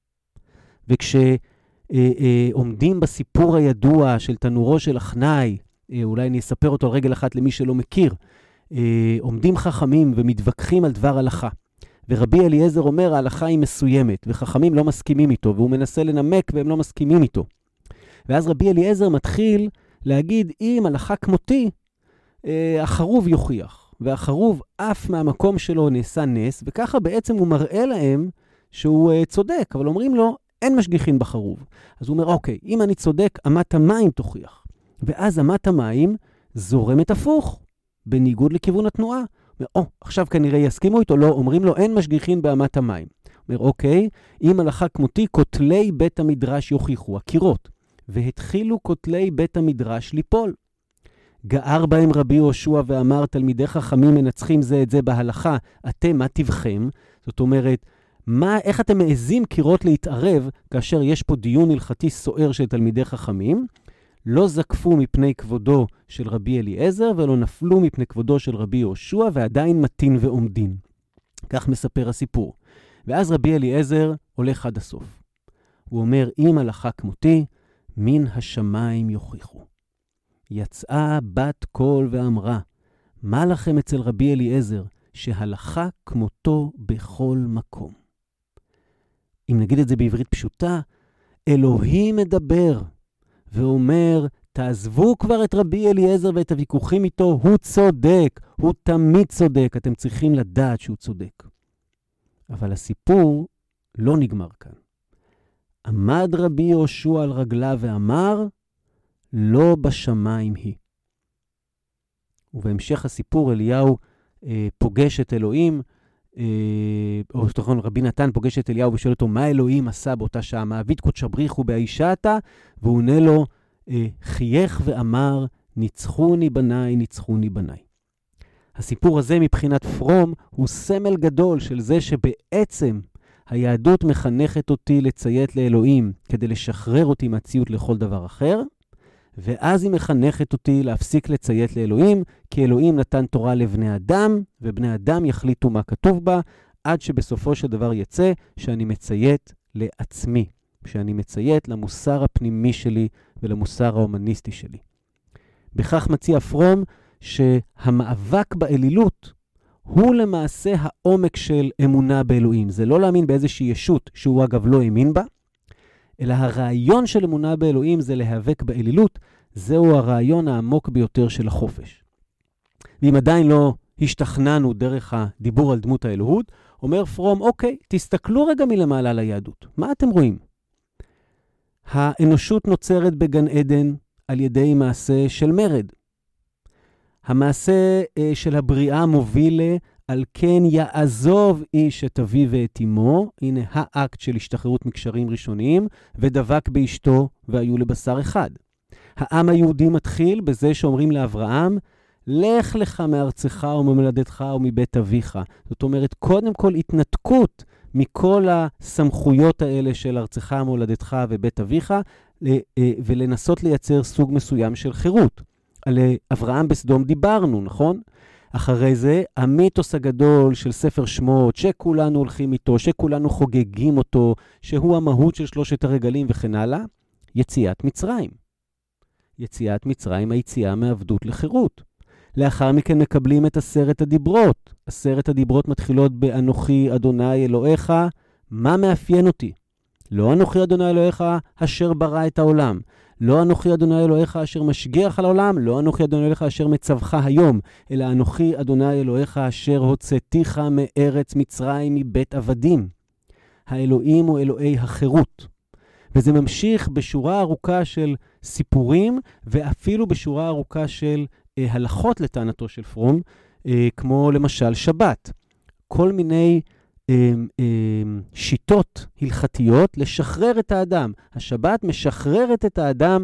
וכשעומדים בסיפור הידוע של תנורו של אחנאי, אולי אני אספר אותו על רגל אחת למי שלא מכיר, עומדים חכמים ומתווכחים על דבר הלכה. ורבי אליעזר אומר, ההלכה היא מסוימת, וחכמים לא מסכימים איתו, והוא מנסה לנמק והם לא מסכימים איתו. ואז רבי אליעזר מתחיל להגיד, אם הלכה כמותי, החרוב יוכיח. והחרוב אף מהמקום שלו נעשה נס, וככה בעצם הוא מראה להם שהוא צודק, אבל אומרים לו, אין משגיחין בחרוב. אז הוא אומר, אוקיי, אם אני צודק, אמת המים תוכיח. ואז אמת המים זורמת הפוך, בניגוד לכיוון התנועה. או, עכשיו כנראה יסכימו איתו, לא, אומרים לו, אין משגיחין באמת המים. אומר, אוקיי, אם הלכה כמותי, כותלי בית המדרש יוכיחו, הקירות, והתחילו כותלי בית המדרש ליפול. גער בהם רבי יהושע ואמר, תלמידי חכמים מנצחים זה את זה בהלכה, אתם מה טבכם? זאת אומרת, מה, איך אתם מעזים קירות להתערב, כאשר יש פה דיון הלכתי סוער של תלמידי חכמים? לא זקפו מפני כבודו של רבי אליעזר, ולא נפלו מפני כבודו של רבי יהושע, ועדיין מתין ועומדין. כך מספר הסיפור. ואז רבי אליעזר הולך עד הסוף. הוא אומר, אם הלכה כמותי, מן השמיים יוכיחו. יצאה בת קול ואמרה, מה לכם אצל רבי אליעזר, שהלכה כמותו בכל מקום. אם נגיד את זה בעברית פשוטה, אלוהים מדבר, ואומר, תעזבו כבר את רבי אליעזר ואת הוויכוחים איתו, הוא צודק, הוא תמיד צודק, אתם צריכים לדעת שהוא צודק. אבל הסיפור לא נגמר כאן. עמד רבי יהושע על רגלה ואמר, לא בשמיים היא. ובהמשך הסיפור אליהו אה, פוגש את אלוהים, אה, או סליחה, רבי נתן פוגש את אליהו ושואל אותו, מה אלוהים עשה באותה שעה? מעביד קודש בריחו באישה אתה? והוא עונה לו, אה, חייך ואמר, ניצחוני בניי, ניצחוני בניי. הסיפור הזה מבחינת פרום הוא סמל גדול של זה שבעצם היהדות מחנכת אותי לציית לאלוהים כדי לשחרר אותי מהציות לכל דבר אחר, ואז היא מחנכת אותי להפסיק לציית לאלוהים, כי אלוהים נתן תורה לבני אדם, ובני אדם יחליטו מה כתוב בה, עד שבסופו של דבר יצא שאני מציית לעצמי, שאני מציית למוסר הפנימי שלי ולמוסר ההומניסטי שלי. בכך מציע פרום שהמאבק באלילות הוא למעשה העומק של אמונה באלוהים. זה לא להאמין באיזושהי ישות שהוא אגב לא האמין בה, אלא הרעיון של אמונה באלוהים זה להיאבק באלילות, זהו הרעיון העמוק ביותר של החופש. ואם עדיין לא השתכנענו דרך הדיבור על דמות האלוהות, אומר פרום, אוקיי, תסתכלו רגע מלמעלה על היהדות. מה אתם רואים? האנושות נוצרת בגן עדן על ידי מעשה של מרד. המעשה אה, של הבריאה מוביל על כן יעזוב איש את אביו ואת אמו, הנה האקט של השתחררות מקשרים ראשוניים, ודבק באשתו והיו לבשר אחד. העם היהודי מתחיל בזה שאומרים לאברהם, לך לך מארצך וממולדתך ומבית אביך. זאת אומרת, קודם כל התנתקות מכל הסמכויות האלה של ארצך, מולדתך ובית אביך, ולנסות לייצר סוג מסוים של חירות. על אברהם בסדום דיברנו, נכון? אחרי זה, המיתוס הגדול של ספר שמות, שכולנו הולכים איתו, שכולנו חוגגים אותו, שהוא המהות של שלושת הרגלים וכן הלאה, יציאת מצרים. יציאת מצרים, היציאה מעבדות לחירות. לאחר מכן מקבלים את עשרת הדיברות. עשרת הדיברות מתחילות באנוכי אדוני אלוהיך. מה מאפיין אותי? לא אנוכי אדוני אלוהיך אשר ברא את העולם. לא אנוכי אדוני אלוהיך אשר משגיח על העולם. לא אנוכי אדוני אלוהיך אשר מצווך היום. אלא אנוכי אדוני אלוהיך אשר הוצאתיך מארץ מצרים מבית עבדים. האלוהים הוא אלוהי החירות. וזה ממשיך בשורה ארוכה של סיפורים, ואפילו בשורה ארוכה של אה, הלכות לטענתו של פרום, אה, כמו למשל שבת. כל מיני אה, אה, שיטות הלכתיות לשחרר את האדם. השבת משחררת את האדם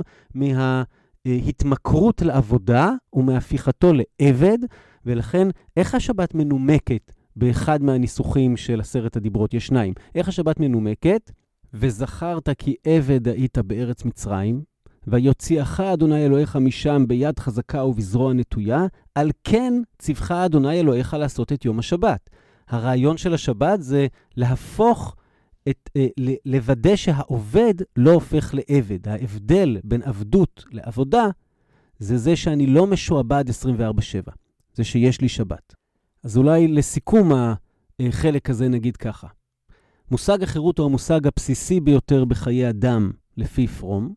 מההתמכרות לעבודה ומהפיכתו לעבד, ולכן איך השבת מנומקת באחד מהניסוחים של עשרת הדיברות? יש שניים. איך השבת מנומקת? וזכרת כי עבד היית בארץ מצרים, ויוציאך אדוני אלוהיך משם ביד חזקה ובזרוע נטויה, על כן ציווך אדוני אלוהיך לעשות את יום השבת. הרעיון של השבת זה להפוך, את, אה, לוודא שהעובד לא הופך לעבד. ההבדל בין עבדות לעבודה, זה זה שאני לא משועבד עשרים וארבע שבע. זה שיש לי שבת. אז אולי לסיכום החלק הזה נגיד ככה. מושג החירות הוא המושג הבסיסי ביותר בחיי אדם לפי פרום.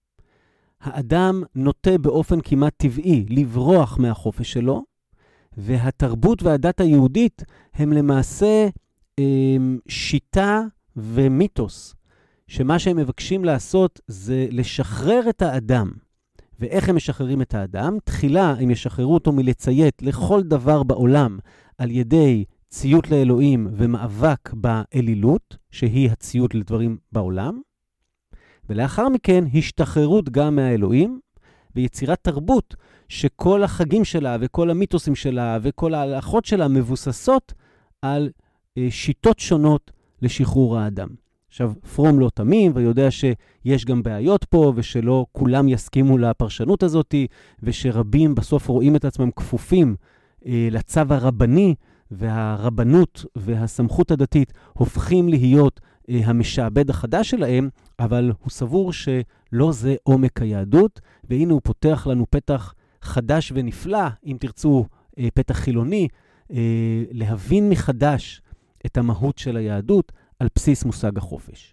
האדם נוטה באופן כמעט טבעי לברוח מהחופש שלו, והתרבות והדת היהודית הם למעשה אה, שיטה ומיתוס, שמה שהם מבקשים לעשות זה לשחרר את האדם. ואיך הם משחררים את האדם? תחילה הם ישחררו אותו מלציית לכל דבר בעולם על ידי ציות לאלוהים ומאבק באלילות, שהיא הציות לדברים בעולם, ולאחר מכן השתחררות גם מהאלוהים, ויצירת תרבות שכל החגים שלה וכל המיתוסים שלה וכל ההלכות שלה מבוססות על שיטות שונות לשחרור האדם. עכשיו, פרום לא תמים ויודע שיש גם בעיות פה, ושלא כולם יסכימו לפרשנות הזאת, ושרבים בסוף רואים את עצמם כפופים אה, לצו הרבני, והרבנות והסמכות הדתית הופכים להיות אה, המשעבד החדש שלהם, אבל הוא סבור שלא זה עומק היהדות, והנה הוא פותח לנו פתח חדש ונפלא, אם תרצו אה, פתח חילוני, אה, להבין מחדש את המהות של היהדות על בסיס מושג החופש.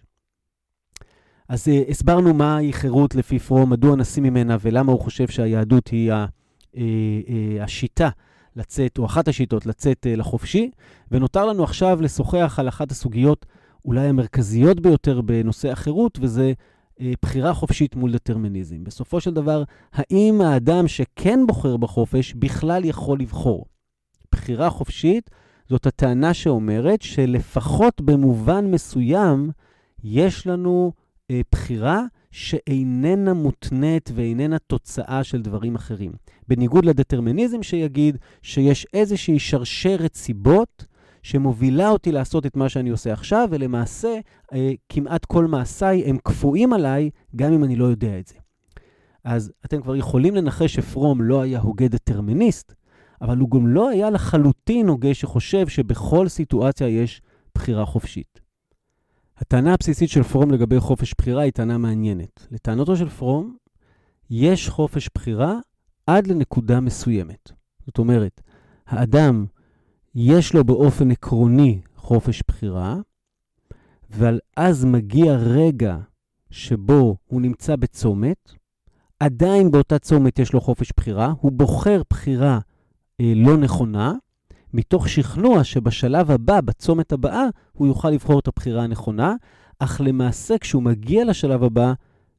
אז אה, הסברנו מהי חירות לפי פרום, מדוע נשים ממנה ולמה הוא חושב שהיהדות היא ה, אה, אה, השיטה לצאת, או אחת השיטות לצאת אה, לחופשי, ונותר לנו עכשיו לשוחח על אחת הסוגיות אולי המרכזיות ביותר בנושא החירות, וזה אה, בחירה חופשית מול דטרמיניזם. בסופו של דבר, האם האדם שכן בוחר בחופש בכלל יכול לבחור? בחירה חופשית זאת הטענה שאומרת שלפחות במובן מסוים יש לנו אה, בחירה שאיננה מותנית ואיננה תוצאה של דברים אחרים. בניגוד לדטרמיניזם שיגיד שיש איזושהי שרשרת סיבות שמובילה אותי לעשות את מה שאני עושה עכשיו, ולמעשה אה, כמעט כל מעשיי הם קפואים עליי גם אם אני לא יודע את זה. אז אתם כבר יכולים לנחש שפרום לא היה הוגה דטרמיניסט, אבל הוא גם לא היה לחלוטין הוגה שחושב שבכל סיטואציה יש בחירה חופשית. הטענה הבסיסית של פרום לגבי חופש בחירה היא טענה מעניינת. לטענתו של פרום, יש חופש בחירה עד לנקודה מסוימת. זאת אומרת, האדם יש לו באופן עקרוני חופש בחירה, אבל אז מגיע רגע שבו הוא נמצא בצומת, עדיין באותה צומת יש לו חופש בחירה, הוא בוחר בחירה אה, לא נכונה, מתוך שכנוע שבשלב הבא, בצומת הבאה, הוא יוכל לבחור את הבחירה הנכונה, אך למעשה כשהוא מגיע לשלב הבא,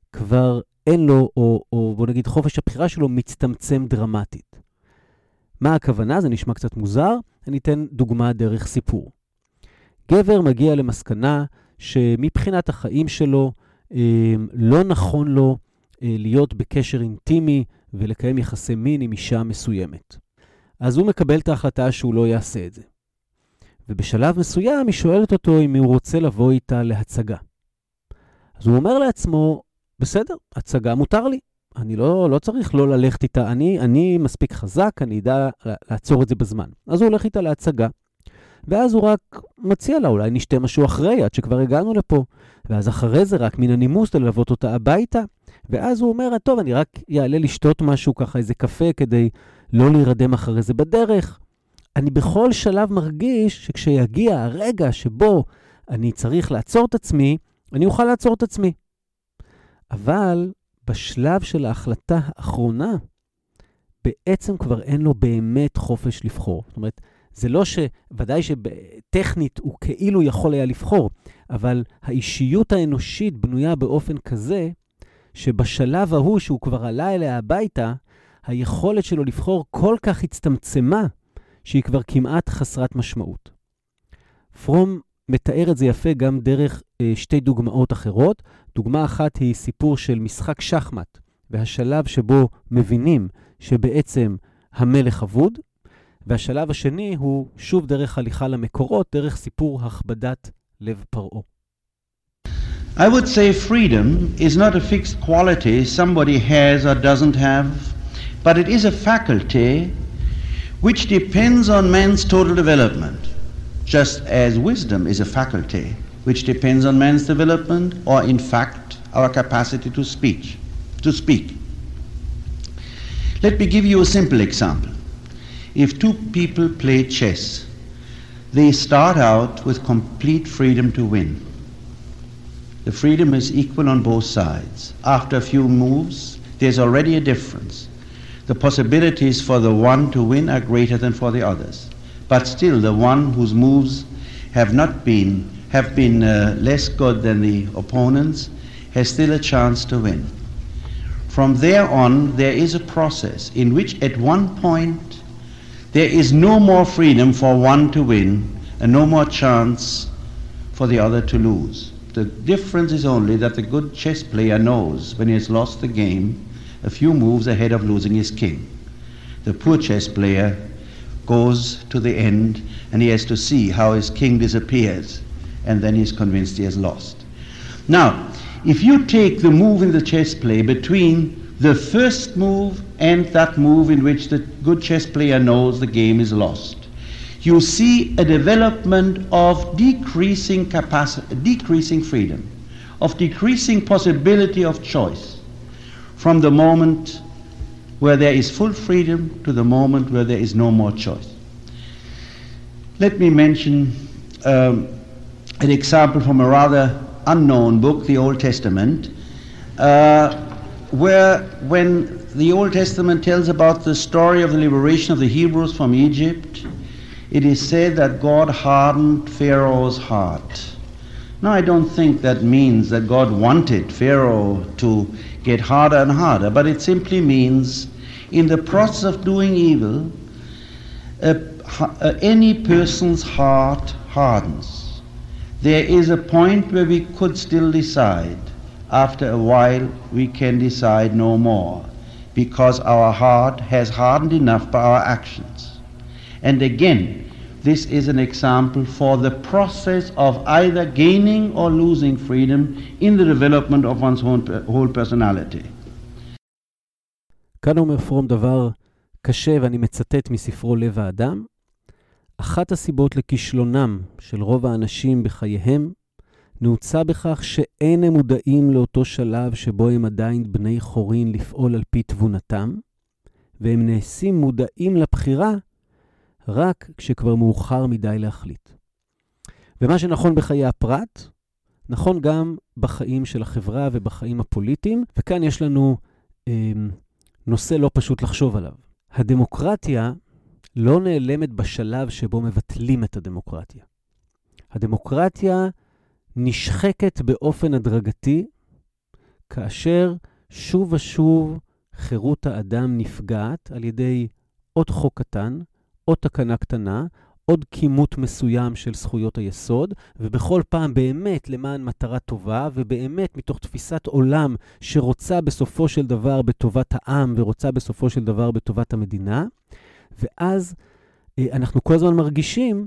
כבר אין לו, או, או בוא נגיד חופש הבחירה שלו מצטמצם דרמטית. מה הכוונה? זה נשמע קצת מוזר. אני אתן דוגמה דרך סיפור. גבר מגיע למסקנה שמבחינת החיים שלו אה, לא נכון לו אה, להיות בקשר אינטימי ולקיים יחסי מין עם אישה מסוימת. אז הוא מקבל את ההחלטה שהוא לא יעשה את זה. ובשלב מסוים היא שואלת אותו אם הוא רוצה לבוא איתה להצגה. אז הוא אומר לעצמו, בסדר, הצגה מותר לי. אני לא, לא צריך לא ללכת איתה. אני, אני מספיק חזק, אני אדע לעצור את זה בזמן. אז הוא הולך איתה להצגה. ואז הוא רק מציע לה, אולי נשתה משהו אחרי, עד שכבר הגענו לפה. ואז אחרי זה רק מן הנימוס ללוות אותה הביתה. ואז הוא אומר, טוב, אני רק יעלה לשתות משהו ככה, איזה קפה, כדי לא להירדם אחרי זה בדרך. אני בכל שלב מרגיש שכשיגיע הרגע שבו אני צריך לעצור את עצמי, אני אוכל לעצור את עצמי. אבל בשלב של ההחלטה האחרונה, בעצם כבר אין לו באמת חופש לבחור. זאת אומרת, זה לא שוודאי שטכנית הוא כאילו יכול היה לבחור, אבל האישיות האנושית בנויה באופן כזה, שבשלב ההוא שהוא כבר עלה אליה הביתה, היכולת שלו לבחור כל כך הצטמצמה, שהיא כבר כמעט חסרת משמעות. פרום מתאר את זה יפה גם דרך אה, שתי דוגמאות אחרות. דוגמה אחת היא סיפור של משחק שחמט, והשלב שבו מבינים שבעצם המלך אבוד, והשלב השני הוא שוב דרך הליכה למקורות, דרך סיפור הכבדת לב פרעה. I would say freedom is not a fixed quality somebody has or doesn't have, but it is a faculty which depends on man's total development, just as wisdom is a faculty which depends on man's development, or in fact our capacity to speak. To speak. Let me give you a simple example. If two people play chess, they start out with complete freedom to win. The freedom is equal on both sides. After a few moves, there's already a difference. The possibilities for the one to win are greater than for the others. But still, the one whose moves have not been, have been uh, less good than the opponents, has still a chance to win. From there on, there is a process in which at one point, there is no more freedom for one to win and no more chance for the other to lose. The difference is only that the good chess player knows when he has lost the game a few moves ahead of losing his king. The poor chess player goes to the end and he has to see how his king disappears, and then he's convinced he has lost. Now, if you take the move in the chess play between the first move and that move in which the good chess player knows the game is lost, you see a development of decreasing capacity, decreasing freedom, of decreasing possibility of choice, from the moment where there is full freedom to the moment where there is no more choice. Let me mention um, an example from a rather unknown book, the Old Testament, uh, where when the Old Testament tells about the story of the liberation of the Hebrews from Egypt, it is said that God hardened Pharaoh's heart. Now, I don't think that means that God wanted Pharaoh to get harder and harder, but it simply means in the process of doing evil, uh, uh, any person's heart hardens. There is a point where we could still decide. After a while, we can decide no more, because our heart has hardened enough by our actions. And again, this is an example for the process of either gaining or losing freedom in the development of one's whole personality. כאן אומר פרום דבר קשה, ואני מצטט מספרו לב האדם. אחת הסיבות לכישלונם של רוב האנשים בחייהם נעוצה בכך שאין הם מודעים לאותו שלב שבו הם עדיין בני חורין לפעול על פי תבונתם, והם נעשים מודעים לבחירה רק כשכבר מאוחר מדי להחליט. ומה שנכון בחיי הפרט, נכון גם בחיים של החברה ובחיים הפוליטיים, וכאן יש לנו אה, נושא לא פשוט לחשוב עליו. הדמוקרטיה לא נעלמת בשלב שבו מבטלים את הדמוקרטיה. הדמוקרטיה נשחקת באופן הדרגתי כאשר שוב ושוב חירות האדם נפגעת על ידי עוד חוק קטן, עוד תקנה קטנה, עוד כימות מסוים של זכויות היסוד, ובכל פעם באמת למען מטרה טובה, ובאמת מתוך תפיסת עולם שרוצה בסופו של דבר בטובת העם, ורוצה בסופו של דבר בטובת המדינה. ואז אנחנו כל הזמן מרגישים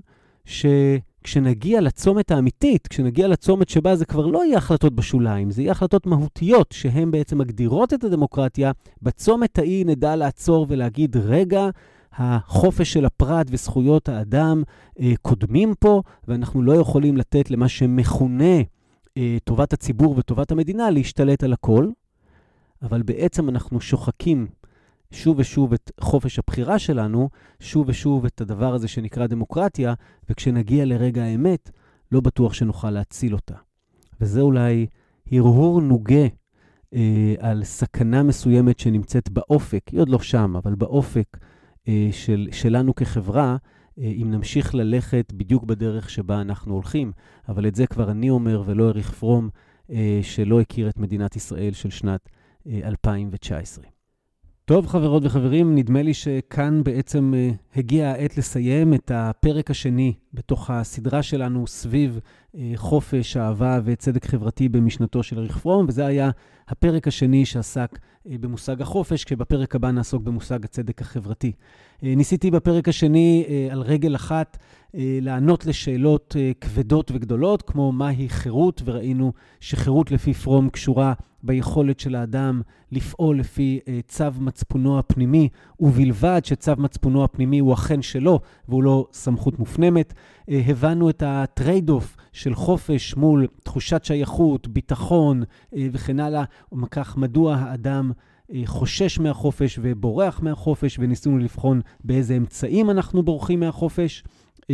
שכשנגיע לצומת האמיתית, כשנגיע לצומת שבה זה כבר לא יהיה החלטות בשוליים, זה יהיה החלטות מהותיות שהן בעצם מגדירות את הדמוקרטיה, בצומת ההיא נדע לעצור ולהגיד, רגע, החופש של הפרט וזכויות האדם אה, קודמים פה, ואנחנו לא יכולים לתת למה שמכונה אה, טובת הציבור וטובת המדינה להשתלט על הכל, אבל בעצם אנחנו שוחקים שוב ושוב את חופש הבחירה שלנו, שוב ושוב את הדבר הזה שנקרא דמוקרטיה, וכשנגיע לרגע האמת, לא בטוח שנוכל להציל אותה. וזה אולי הרהור נוגה אה, על סכנה מסוימת שנמצאת באופק, היא עוד לא שם, אבל באופק, של, שלנו כחברה, אם נמשיך ללכת בדיוק בדרך שבה אנחנו הולכים. אבל את זה כבר אני אומר, ולא אריך פרום, שלא הכיר את מדינת ישראל של שנת אלפיים תשע עשרה. טוב, חברות וחברים, נדמה לי שכאן בעצם הגיעה העת לסיים את הפרק השני בתוך הסדרה שלנו סביב חופש, אהבה וצדק חברתי במשנתו של אריך פרום, וזה היה הפרק השני שעסק במושג החופש, כשבפרק הבא נעסוק במושג הצדק החברתי. ניסיתי בפרק השני על רגל אחת לענות לשאלות כבדות וגדולות, כמו מהי חירות, וראינו שחירות לפי פרום קשורה ביכולת של האדם לפעול לפי צו מצפונו הפנימי, ובלבד שצו מצפונו הפנימי הוא אכן שלו, והוא לא סמכות מופנמת. הבנו את הטרייד-אוף של חופש מול תחושת שייכות, ביטחון וכן הלאה, ומכך מדוע האדם חושש מהחופש ובורח מהחופש, וניסינו לבחון באיזה אמצעים אנחנו בורחים מהחופש.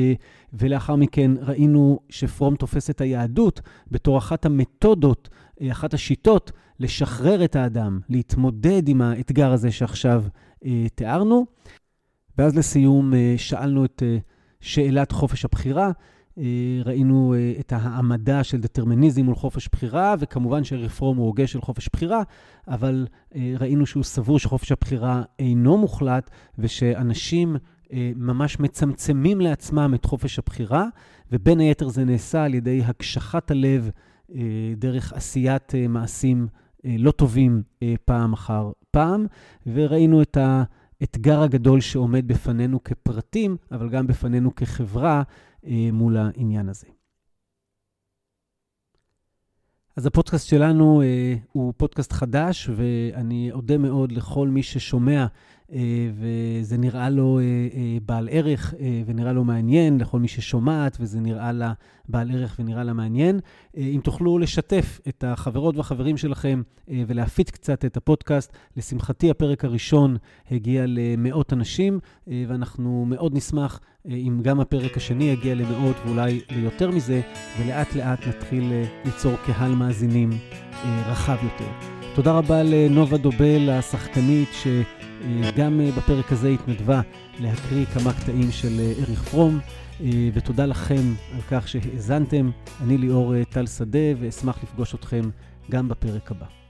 ולאחר מכן ראינו שפרום תופס את היהדות בתור אחת המתודות, אחת השיטות לשחרר את האדם, להתמודד עם האתגר הזה שעכשיו תיארנו. ואז לסיום שאלנו את שאלת חופש הבחירה, ראינו את העמדה של דטרמיניזם מול חופש בחירה, וכמובן שאריך פרום הוא הוגה של חופש בחירה, אבל ראינו שהוא סבור שחופש הבחירה אינו מוחלט, ושאנשים ממש מצמצמים לעצמם את חופש הבחירה, ובין היתר זה נעשה על ידי הקשחת הלב דרך עשיית מעשים לא טובים פעם אחר פעם, וראינו את האתגר הגדול שעומד בפנינו כפרטים, אבל גם בפנינו כחברה מול העניין הזה. אז הפודקאסט שלנו אה, הוא פודקאסט חדש, ואני אודה מאוד לכל מי ששומע, אה, וזה נראה לו אה, אה, בעל ערך אה, ונראה לו מעניין, לכל מי ששומעת וזה נראה לה בעל ערך ונראה לה מעניין. אה, אם תוכלו לשתף את החברות והחברים שלכם אה, ולהפיץ קצת את הפודקאסט, לשמחתי הפרק הראשון הגיע למאות אנשים, אה, ואנחנו מאוד נשמח אה, אם גם הפרק השני יגיע למאות ואולי ליותר מזה, ולאט לאט נתחיל אה, ליצור קהל מאזינים אה, רחב יותר. תודה רבה לנובה דובל, השחקנית, שגם בפרק הזה התנדבה להקריא כמה קטעים של אריך פרום, ותודה לכם על כך שהאזנתם. אני ליאור טל שדה, ואשמח לפגוש אתכם גם בפרק הבא.